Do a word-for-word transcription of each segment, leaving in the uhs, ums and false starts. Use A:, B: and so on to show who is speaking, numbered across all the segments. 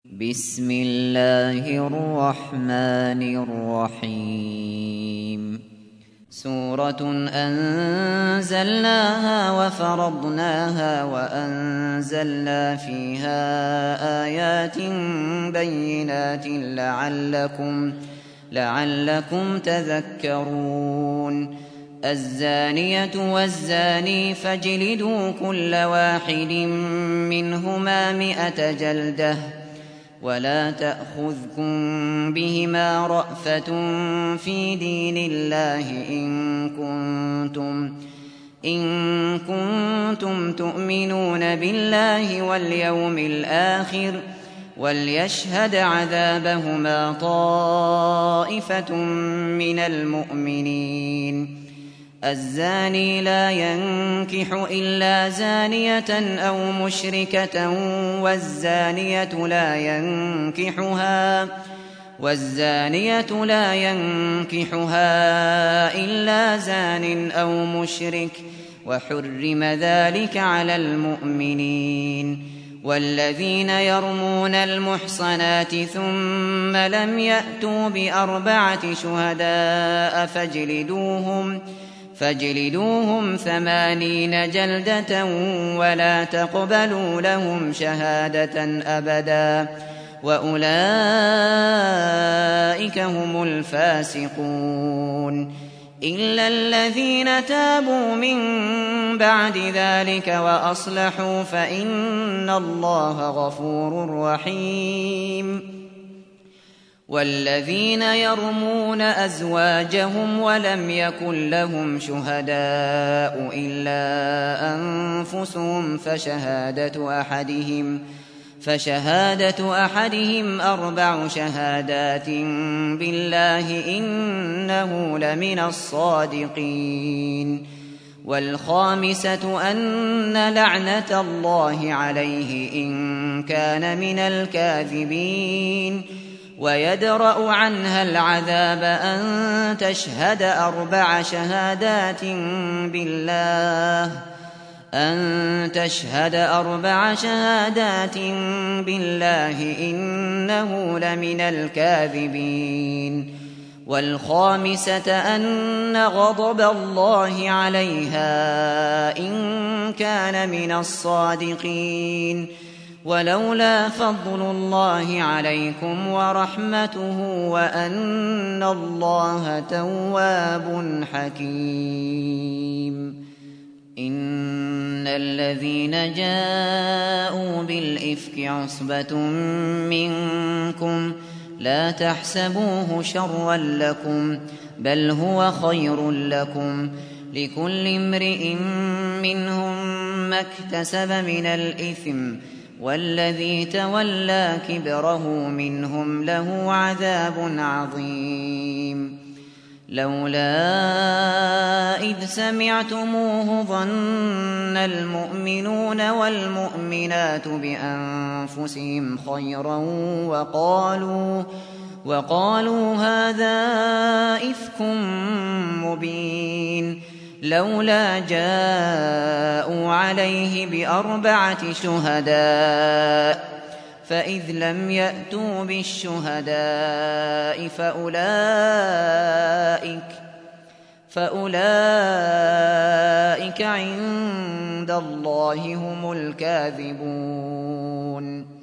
A: بسم الله الرحمن الرحيم سورة أنزلناها وفرضناها وأنزلنا فيها آيات بينات لعلكم, لعلكم تذكرون الزانية والزاني فاجلدوا كل واحد منهما مئة جلدة ولا تأخذكم بهما رأفة في دين الله إن كنتم, إن كنتم تؤمنون بالله واليوم الآخر وليشهد عذابهما طائفة من المؤمنين الزاني لا ينكح إلا زانية أو مشركة والزانية لا ينكحها والزانية لا ينكحها إلا زان أو مشرك وحرم ذلك على المؤمنين والذين يرمون المحصنات ثم لم يأتوا بأربعة شهداء فاجلدوهم فاجلدوهم ثمانين جلدة ولا تقبلوا لهم شهادة أبدا وأولئك هم الفاسقون إلا الذين تابوا من بعد ذلك وأصلحوا فإن الله غفور رحيم والذين يرمون أزواجهم ولم يكن لهم شهداء إلا أنفسهم فشهادة أحدهم فشهادة أحدهم أربع شهادات بالله إنه لمن الصادقين والخامسة أن لعنة الله عليه إن كان من الكاذبين ويدرأ عنها العذاب أن تشهد أربع شهادات بالله أن تشهد أربع شهادات بالله إنه لمن الكاذبين والخامسة أن غضب الله عليها إن كان من الصادقين ولولا فضل الله عليكم ورحمته وأن الله تواب حكيم إن الذين جاءوا بالإفك عصبة منكم لا تحسبوه شرا لكم بل هو خير لكم لكل امرئ منهم ما اكتسب من الإثم والذي تولى كبره منهم له عذاب عظيم لولا إذ سمعتموه ظن المؤمنون والمؤمنات بأنفسهم خيرا وقالوا, وقالوا هذا إفك مبين لولا جاءوا عليه بأربعة شهداء فإذ لم يأتوا بالشهداء فأولئك, فأولئك عند الله هم الكاذبون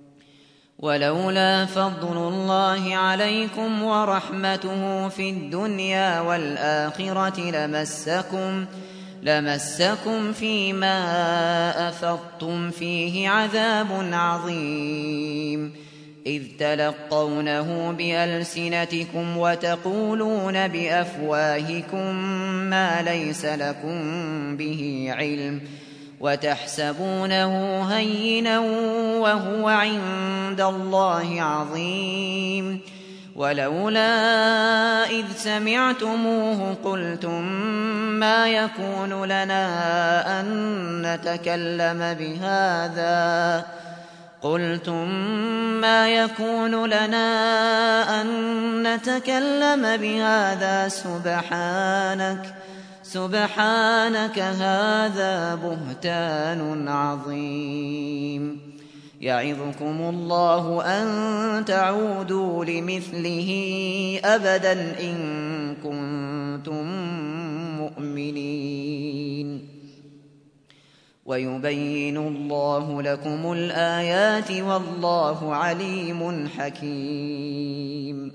A: ولولا فضل الله عليكم ورحمته في الدنيا والآخرة لمسكم لمسكم فيما أفضتم فيه عذاب عظيم إذ تلقونه بألسنتكم وتقولون بأفواهكم ما ليس لكم به علم وتحسبونه هينا وهو عند الله عظيم ولولا إذ سمعتموه قلتم ما يكون لنا أن نتكلم بهذا قلتم ما يكون لنا أن نتكلم بهذا سبحانك سبحانك هذا بهتان عظيم يعظكم الله أن تعودوا لمثله أبدا إن كنتم مؤمنين ويبين الله لكم الآيات والله عليم حكيم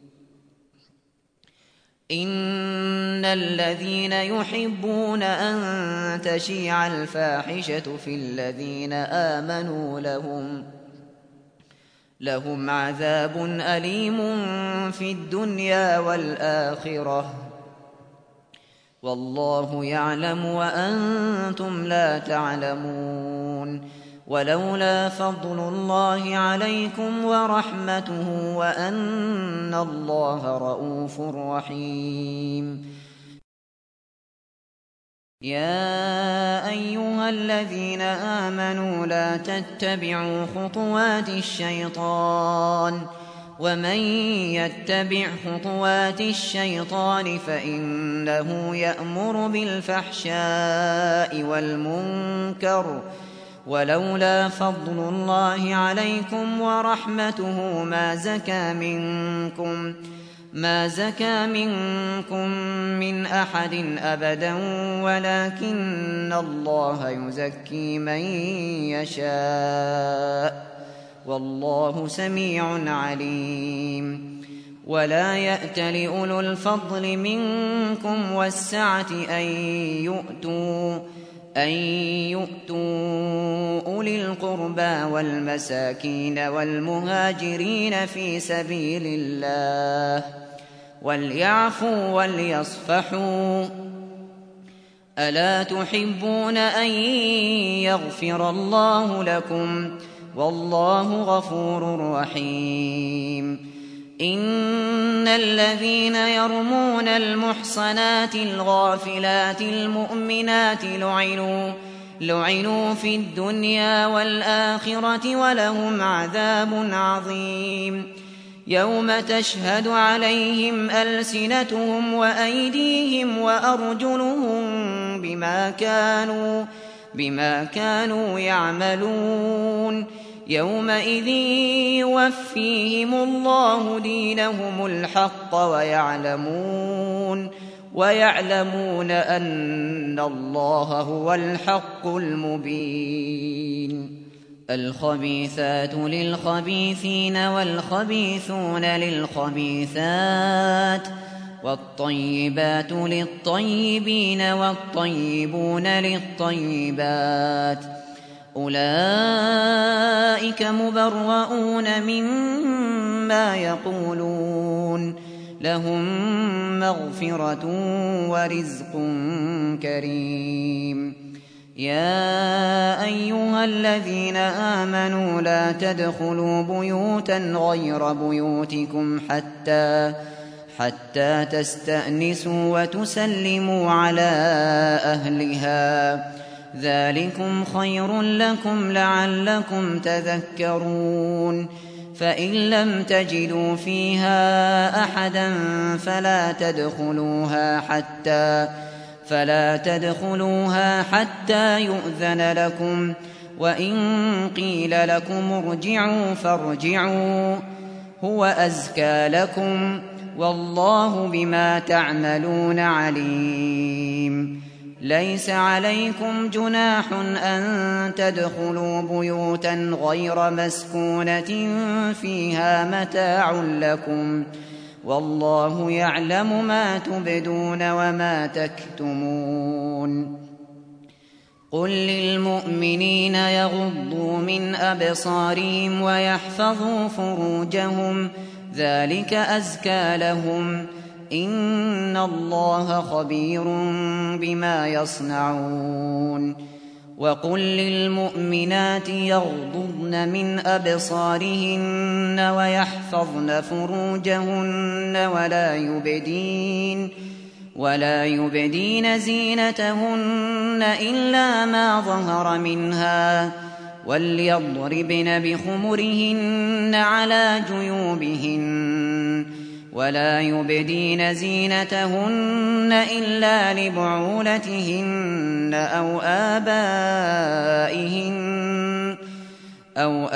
A: إن الذين يحبون أن تشيع الفاحشة في الذين آمنوا لهم لهم عذاب أليم في الدنيا والآخرة والله يعلم وأنتم لا تعلمون ولولا فضل الله عليكم ورحمته وأن الله رءوف رحيم يا أيها الذين آمنوا لا تتبعوا خطوات الشيطان ومن يتبع خطوات الشيطان فإنه يأمر بالفحشاء والمنكر ولولا فضل الله عليكم ورحمته ما زكى منكم ما زكى منكم من أحد أبدا ولكن الله يزكي من يشاء والله سميع عليم ولا يأتل أولو الفضل منكم والسعة أن يؤتوا أن يؤتوا أولي القربى والمساكين والمهاجرين في سبيل الله وليعفوا وليصفحوا ألا تحبون أن يغفر الله لكم والله غفور رحيم إن الذين يرمون المحصنات الغافلات المؤمنات لعنوا لعنوا في الدنيا والآخرة ولهم عذاب عظيم يوم تشهد عليهم ألسنتهم وأيديهم وأرجلهم بما كانوا بما كانوا يعملون يومئذ يوفيهم الله دينهم الحق ويعلمون ويعلمون أن الله هو الحق المبين الخبيثات للخبيثين والخبيثون للخبيثات والطيبات للطيبين والطيبون للطيبات أولئك مبرؤون مما يقولون لهم مغفرة ورزق كريم يا أيها الذين آمنوا لا تدخلوا بيوتا غير بيوتكم حتى حتى تستأنسوا وتسلموا على أهلها ذلكم خير لكم لعلكم تذكرون فإن لم تجدوا فيها أحدا فلا تدخلوها حتى فلا تدخلوها حتى يؤذن لكم وإن قيل لكم ارجعوا فارجعوا هو أزكى لكم والله بما تعملون عليم ليس عليكم جناح أن تدخلوا بيوتا غير مسكونة فيها متاع لكم والله يعلم ما تبدون وما تكتمون قل للمؤمنين يغضوا من أبصارهم ويحفظوا فروجهم ذلك أزكى لهم إن الله خبير بما يصنعون وقل للمؤمنات يغضضن من أبصارهن ويحفظن فروجهن ولا يبدين ولا يبدين زينتهن إلا ما ظهر منها وليضربن بخمرهن على جيوبهن ولا يبدين زينتهن إلا لبعولتهن أو آبائهن أو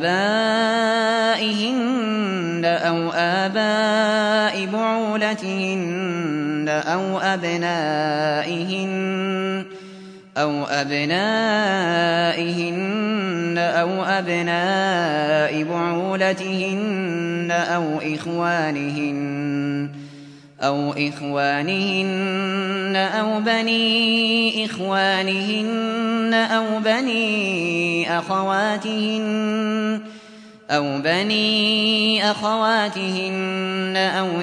A: آبائهن أو آباء بعولتهن أو أبنائهن أو أبنائهن أو أبناء بعولتهن أو إخوانهن أو إخوانهن أو بني إخوانهن أو بني أخواتهن أو بني أخواتهن أو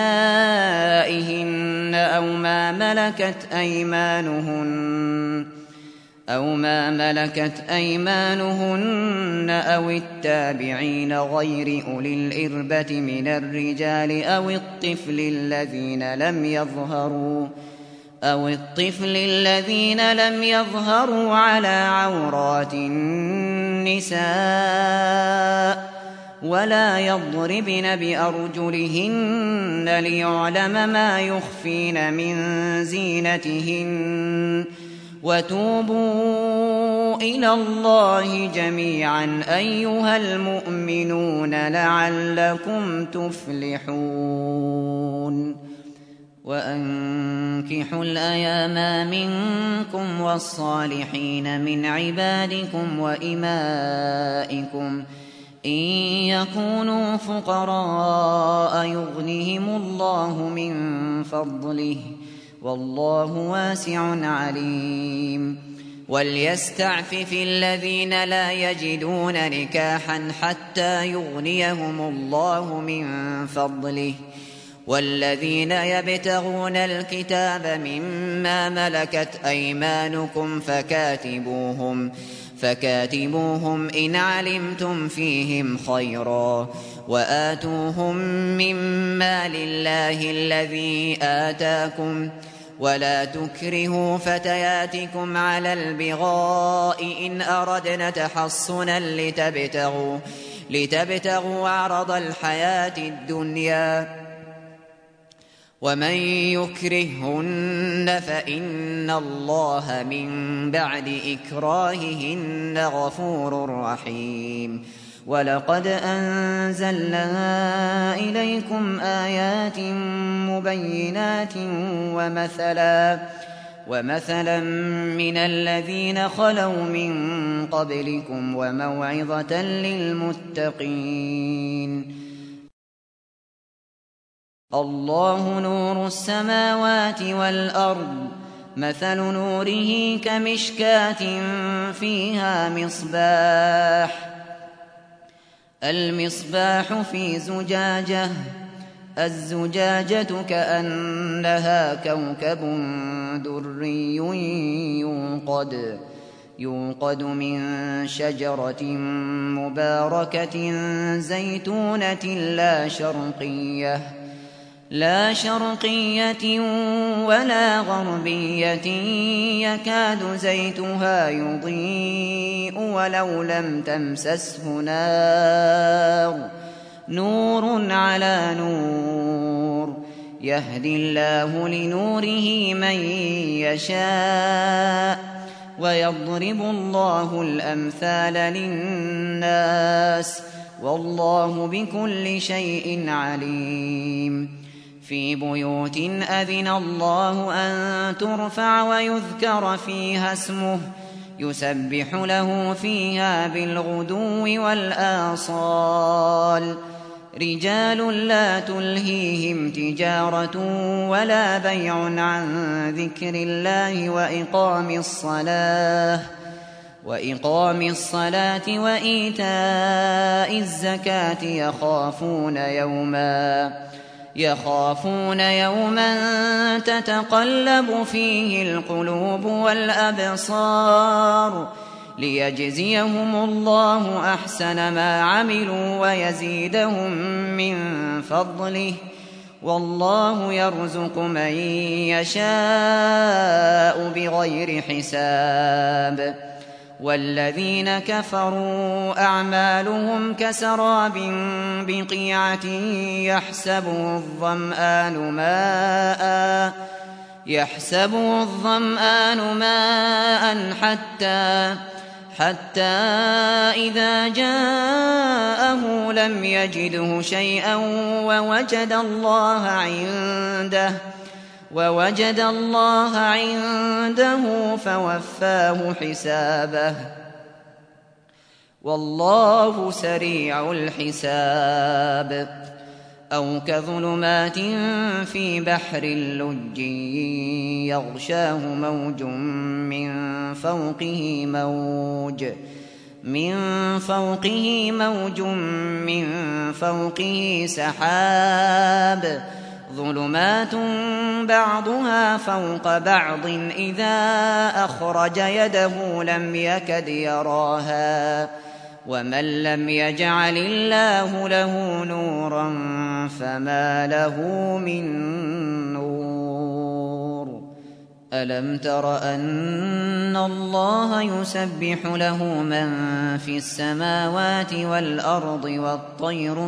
A: نسائهن أو ما ملكت أيمانهن أو ما ملكت أيمانهن أو التابعين غير أولي الإربة من الرجال أو الطفل الذين لم يظهروا أو الطفل الذين لم يظهروا على عورات النساء ولا يضربن بأرجلهن ليعلم ما يخفين من زينتهن وتوبوا إلى الله جميعا أيها المؤمنون لعلكم تفلحون وأنكحوا الأيام منكم والصالحين من عبادكم وإمائكم إن يكونوا فقراء يغنهم الله من فضله والله واسع عليم وليستعفف الذين لا يجدون نكاحا حتى يغنيهم الله من فضله والذين يبتغون الكتاب مما ملكت أيمانكم فكاتبوهم فكاتبوهم إن علمتم فيهم خيرا وآتوهم مما لله الذي آتاكم ولا تكرهوا فتياتكم على البغاء إن أردنا تحصنا لتبتغوا, لتبتغوا عرض الحياة الدنيا ومن يكرههن فإن الله من بعد إكراههن غفور رحيم ولقد أنزلنا إليكم آيات مبينات ومثلا ومثلا من الذين خلوا من قبلكم وموعظة للمتقين الله نور السماوات والأرض مثل نوره كمشكاة فيها مصباح المصباح في زجاجة الزجاجة كأنها كوكب دري يوقد يوقد من شجرة مباركة زيتونة لا شرقية لا شرقية ولا غربية يكاد زيتها يضيء ولو لم تمسسه نار نور على نور يهدي الله لنوره من يشاء ويضرب الله الأمثال للناس والله بكل شيء عليم في بيوت أذن الله أن ترفع ويذكر فيها اسمه يسبح له فيها بالغدو والآصال رجال لا تلهيهم تجارة ولا بيع عن ذكر الله وإقام الصلاة وإقام الصلاة وإيتاء الزكاة يخافون يوما يخافون يوما تتقلب فيه القلوب والأبصار ليجزيهم الله أحسن ما عملوا ويزيدهم من فضله والله يرزق من يشاء بغير حساب والذين كفروا أعمالهم كسراب بقيعة يحسبه الظمآن ماء يحسبه الظمآن ماء حتى حتى إذا جاءه لم يجده شيئا ووجد الله عنده ووجد الله عنده فوفاه حسابه والله سريع الحساب. أو كظلمات في بحر لج يغشاه موج من فوقه موج من فوقه موج من فوقه سحاب ظلمات بعضها فوق بعض إذا أخرج يده لم يكد يراها ومن لم يجعل الله له نورا فما له من نور. ألم تر أن الله يسبح له من في السماوات والأرض والطير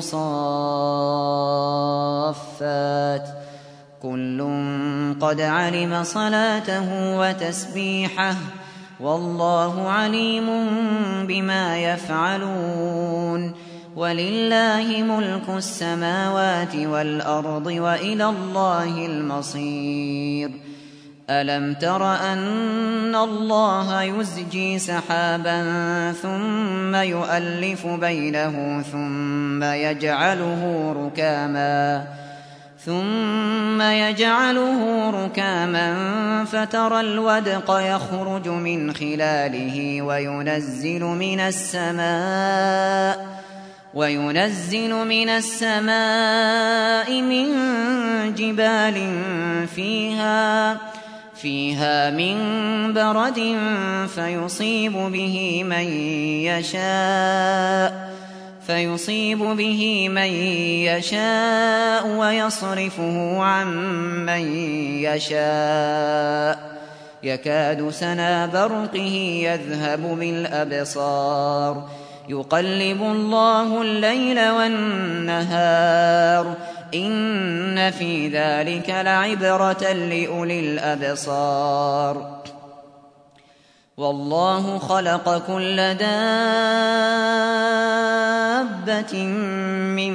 A: صافات كل قد علم صلاته وتسبيحه والله عليم بما يفعلون. ولله ملك السماوات والأرض وإلى الله المصير. ألم تر أن الله يزجي سحابا ثم يؤلف بينه ثم يجعله ركاما ثم يجعله ركاما فترى الودق يخرج من خلاله وينزل من السماء وينزل من السماء من جبال فيها فيها من برد فيصيب به من يشاء فيصيب به من يشاء ويصرفه عن من يشاء يكاد سنا برقه يذهب بالأبصار يقلب الله الليل والنهار إن في ذلك لعبرة لأولي الأبصار. والله خلق كل دابة من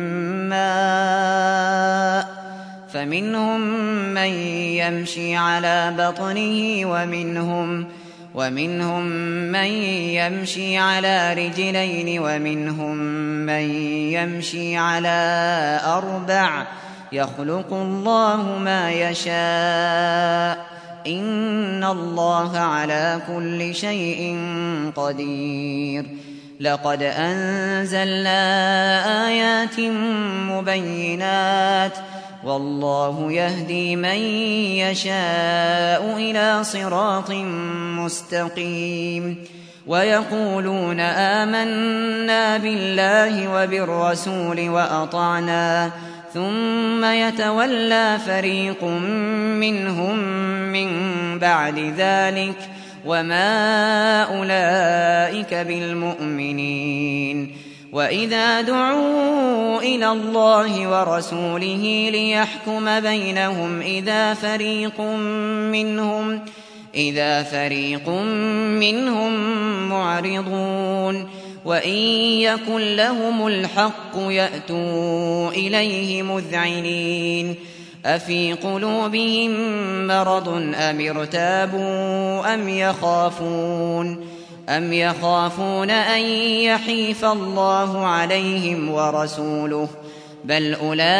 A: ماء فمنهم من يمشي على بطنه ومنهم ومنهم من يمشي على رجلين ومنهم من يمشي على أربع يخلق الله ما يشاء إن الله على كل شيء قدير. لقد أنزلنا آيات مبينات والله يهدي من يشاء إلى صراط مستقيم. ويقولون آمنا بالله وبالرسول وأطعنا ثم يتولى فريق منهم من بعد ذلك وما أولئك بالمؤمنين. وإذا دعوا إلى الله ورسوله ليحكم بينهم إذا فريق منهم إذا فريق منهم معرضون وإن يكن لهم الحق يأتوا إليه مذعنين. أفي قلوبهم مرض أم ارتابوا أم يخافون أم يخافون أن يحيف الله عليهم ورسوله بل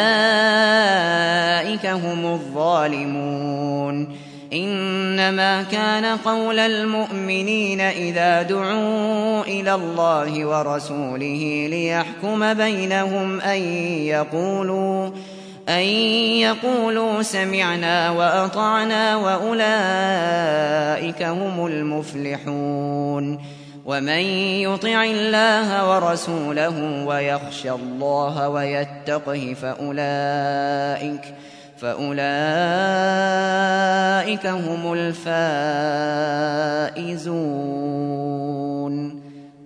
A: أولئك هم الظالمون. إنما كان قول المؤمنين إذا دعوا إلى الله ورسوله ليحكم بينهم أن يقولوا أن يقولوا سمعنا وأطعنا وأولئك هم المفلحون. ومن يطع الله ورسوله ويخشى الله ويتقه فأولئك فأولئك هم الفائزون.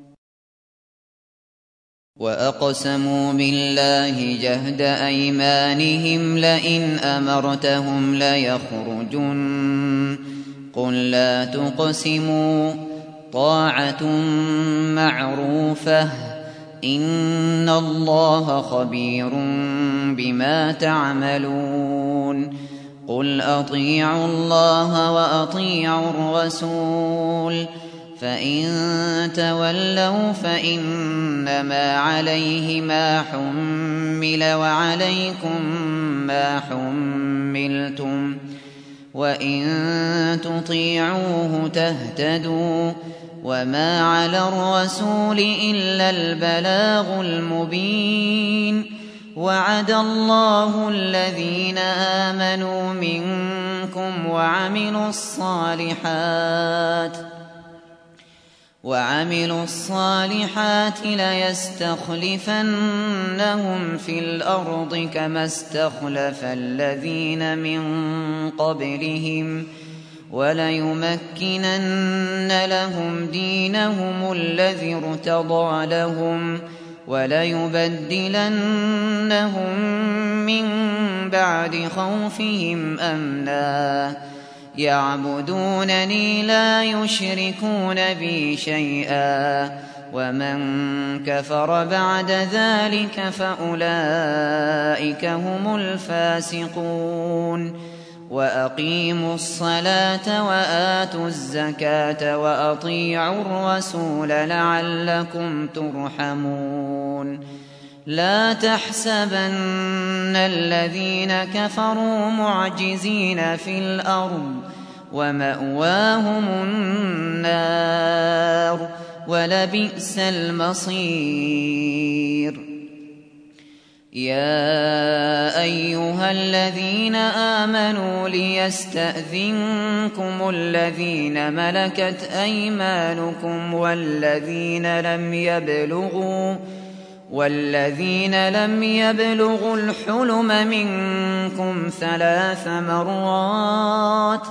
A: وأقسموا بالله جهد أيمانهم لئن أمرتهم ليخرجن قل لا تقسموا طاعة معروفة إن الله خبير بما تعملون قل أطيعوا الله وأطيعوا الرسول فإن تولوا فإنما عليه ما حمل وعليكم ما حملتم وإن تطيعوه تهتدوا وما على الرسول إلا البلاغ المبين وعد الله الذين آمنوا منكم وعملوا الصالحات وعملوا الصالحات ليستخلفنهم في الأرض كما استخلف الذين من قبلهم وليمكنن لهم دينهم الذي ارتضى لهم وليبدلنهم من بعد خوفهم أمنا يعبدونني لا يشركون بي شيئا ومن كفر بعد ذلك فأولئك هم الفاسقون وأقيموا الصلاة وآتوا الزكاة وأطيعوا الرسول لعلكم ترحمون لا تحسبن الذين كفروا معجزين في الأرض ومأواهم النار ولبئس المصير يا أيها الذين آمنوا ليستأذنكم الذين ملكت أيمانكم والذين لم يبلغوا والذين لم يبلغوا الحلم منكم ثلاث مرات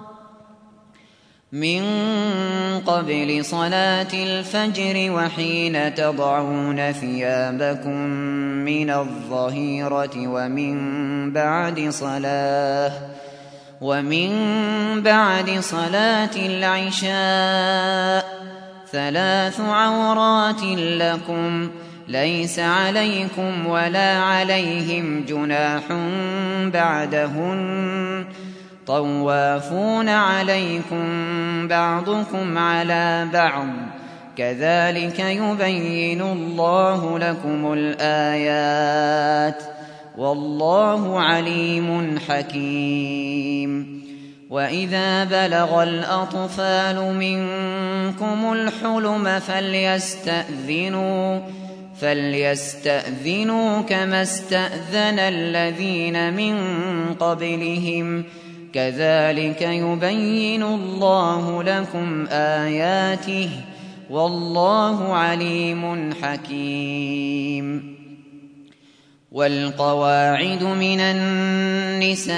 A: من قبل صلاة الفجر وحين تضعون ثيابكم من الظهيرة ومن بعد صلاة ومن بعد صلاة العشاء ثلاث عورات لكم ليس عليكم ولا عليهم جناح بعدهن طوافون عليكم بعضكم على بعض كذلك يبين الله لكم الآيات والله عليم حكيم وإذا بلغ الأطفال منكم الحلم فليستأذنوا فليستأذنوا كما استأذن الذين من قبلهم كذلك يبين الله لكم آياته والله عليم حكيم والقواعد من النساء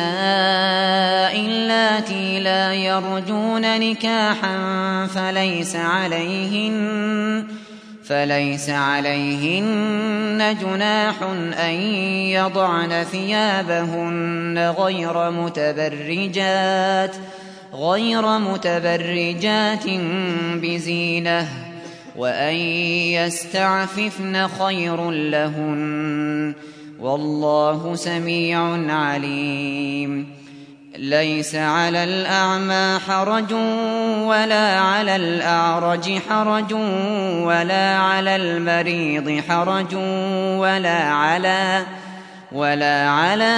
A: اللاتي لا يرجون نكاحا فليس عليهن فليس عليهن جناح أن يضعن ثيابهن غير متبرجات غير متبرجات بزينة وأن يستعففن خير لهن والله سميع عليم ليس على الأعمى حرج ولا على الأعرج حرج ولا على المريض حرج ولا على ولا على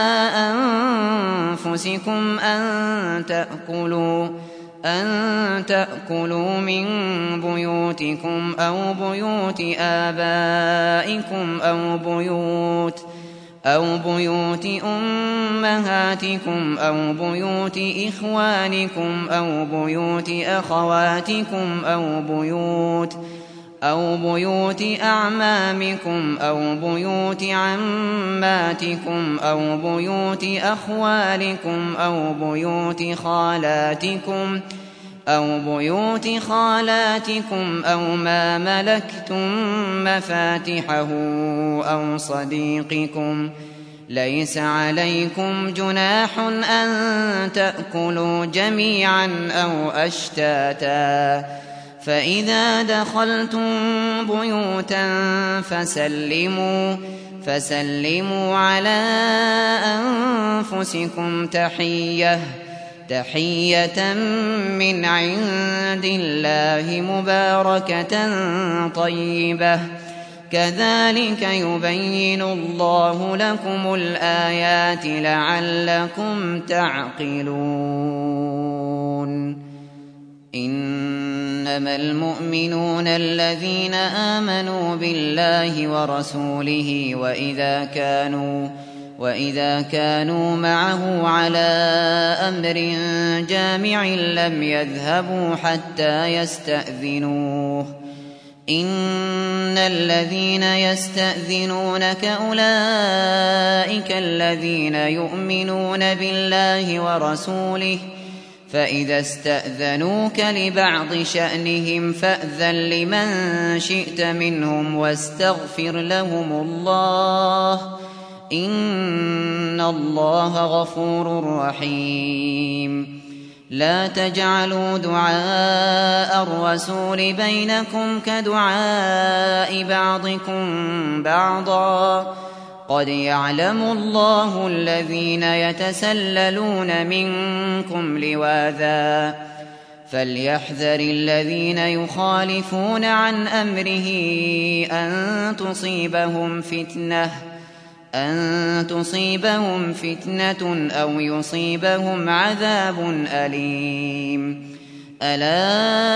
A: أنفسكم أن تأكلوا أن تأكلوا من بيوتكم أو بيوت آبائكم أو بيوت أو بيوت أمهاتكم أو بيوت إخوانكم أو بيوت أخواتكم أو بيوت أو بيوت أعمامكم أو بيوت عماتكم أو بيوت أخوالكم أو بيوت خالاتكم أو بيوت خالاتكم أو ما ملكتم مفاتحه أو صديقكم ليس عليكم جناح أن تأكلوا جميعا أو أشتاتا فإذا دخلتم بيوتا فسلموا فسلموا على أنفسكم تحية تحية من عند الله مباركة طيبة كذلك يبين الله لكم الآيات لعلكم تعقلون إنما المؤمنون الذين آمنوا بالله ورسوله وإذا كانوا وإذا كانوا معه على أمر جامع لم يذهبوا حتى يستأذنوه إن الذين يستأذنونك أولئك الذين يؤمنون بالله ورسوله فإذا استأذنوك لبعض شأنهم فأذن لمن شئت منهم واستغفر لهم الله إن الله غفور رحيم لا تجعلوا دعاء الرسول بينكم كدعاء بعضكم بعضا قد يعلم الله الذين يتسللون منكم لواذا فليحذر الذين يخالفون عن أمره أن تصيبهم فتنة أن تصيبهم فتنة أو يصيبهم عذاب أليم ألا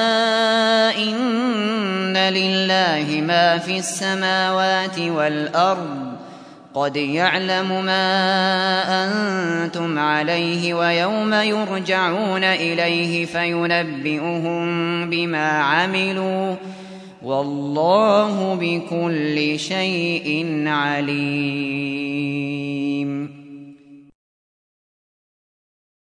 A: إن لله ما في السماوات والأرض قد يعلم ما أنتم عليه ويوم يرجعون إليه فينبئهم بما عملوا والله بكل شيء عليم